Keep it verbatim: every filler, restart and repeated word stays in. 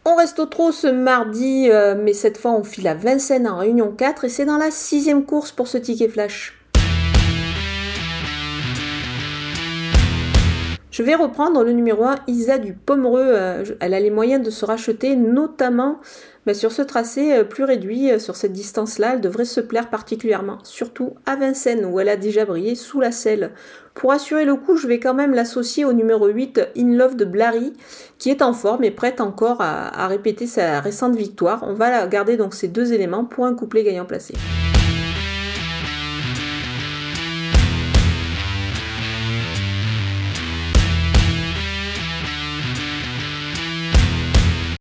On reste au trot ce mardi, euh, mais cette fois on file à Vincennes en Réunion quatre et c'est dans la sixième course pour ce ticket flash. Je vais reprendre le numéro un, Isa du Pomereux. Euh, elle a les moyens de se racheter, notamment bah, sur ce tracé euh, plus réduit, euh, sur cette distance-là. Elle devrait se plaire particulièrement, surtout à Vincennes, où elle a déjà brillé sous la selle. Pour assurer le coup, je vais quand même l'associer au numéro huit, In Love de Blary, qui est en forme et prête encore à, à répéter sa récente victoire. On va garder donc ces deux éléments pour un couplet gagnant placé.